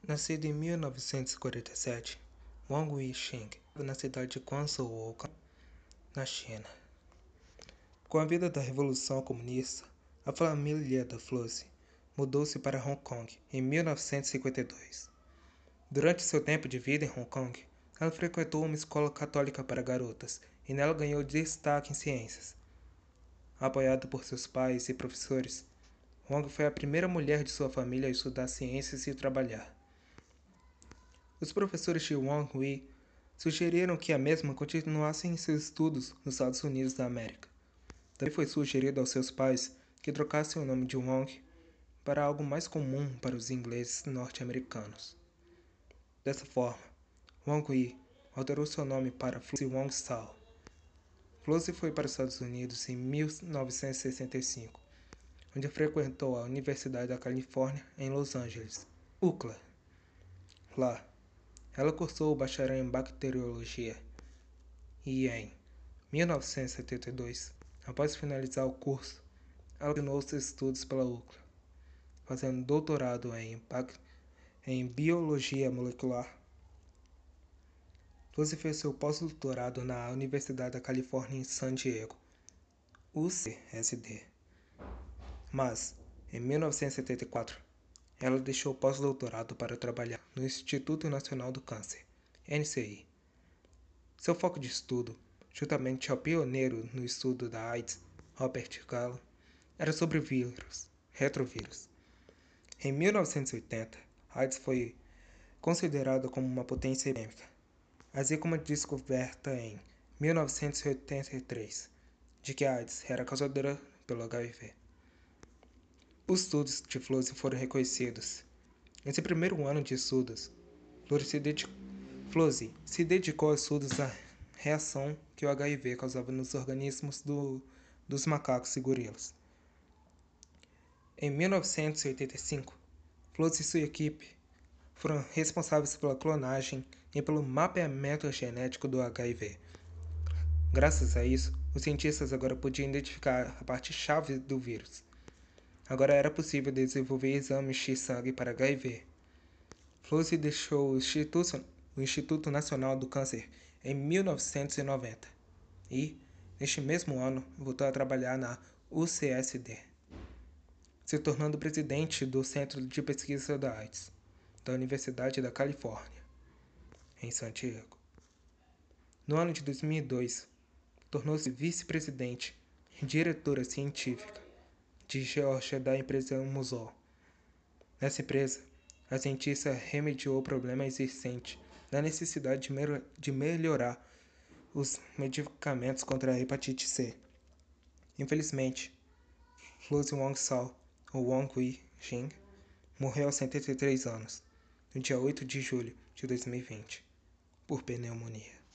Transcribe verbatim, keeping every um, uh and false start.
Nascido em mil novecentos e quarenta e sete, Wang Weixing na cidade de Guangzhou, na China. Com a vinda da Revolução Comunista, a família da Flossie mudou-se para Hong Kong em mil novecentos e cinquenta e dois. Durante seu tempo de vida em Hong Kong, ela frequentou uma escola católica para garotas e nela ganhou destaque em ciências. Apoiada por seus pais e professores, Wang foi a primeira mulher de sua família a estudar ciências e trabalhar. Os professores de Wang Wei sugeriram que a mesma continuasse em seus estudos nos Estados Unidos da América. Também foi sugerido aos seus pais que trocassem o nome de Wang para algo mais comum para os ingleses norte-americanos. Dessa forma, Wang Wei alterou seu nome para Flossie Wong Sao. Flossie foi para os Estados Unidos em mil novecentos e sessenta e cinco, onde frequentou a Universidade da Califórnia em Los Angeles, U C L A. Lá, ela cursou o bacharel em bacteriologia e em mil novecentos e setenta e dois, após finalizar o curso, ela continuou seus estudos pela U C L A, fazendo doutorado em, em biologia molecular. Flossie fez seu pós-doutorado na Universidade da Califórnia em San Diego, U C S D. Mas, em mil novecentos e setenta e quatro, ela deixou o pós-doutorado para trabalhar no Instituto Nacional do Câncer, N C I. Seu foco de estudo, juntamente ao pioneiro no estudo da AIDS, Robert Gallo, era sobre vírus, retrovírus. Em mil novecentos e oitenta, a AIDS foi considerada como uma potência epidêmica, assim como a descoberta em mil novecentos e oitenta e três de que a AIDS era causada pelo H I V. Os estudos de Flossie foram reconhecidos. Em seu primeiro ano de estudos, Flossie se, dedicou, Flossie se dedicou aos estudos da reação que o H I V causava nos organismos do, dos macacos e gorilas. Em mil novecentos e oitenta e cinco, Flossie e sua equipe foram responsáveis pela clonagem e pelo mapeamento genético do H I V. Graças a isso, os cientistas agora podiam identificar a parte-chave do vírus. Agora era possível desenvolver exames de sangue para H I V. Flossie deixou o Instituto, o Instituto Nacional do Câncer em mil novecentos e noventa e, neste mesmo ano, voltou a trabalhar na U C S D, se tornando presidente do Centro de Pesquisa da AIDS da Universidade da Califórnia, em San Diego. No ano de dois mil e dois, tornou-se vice-presidente e diretora científica de Geórgia da empresa Musol. Nessa empresa, a cientista remediou o problema existente da necessidade de, me de melhorar os medicamentos contra a hepatite C. Infelizmente, Flossie Wong Sao, ou Wang Weixing, morreu aos setenta e três anos, no dia oito de julho de dois mil e vinte, por pneumonia.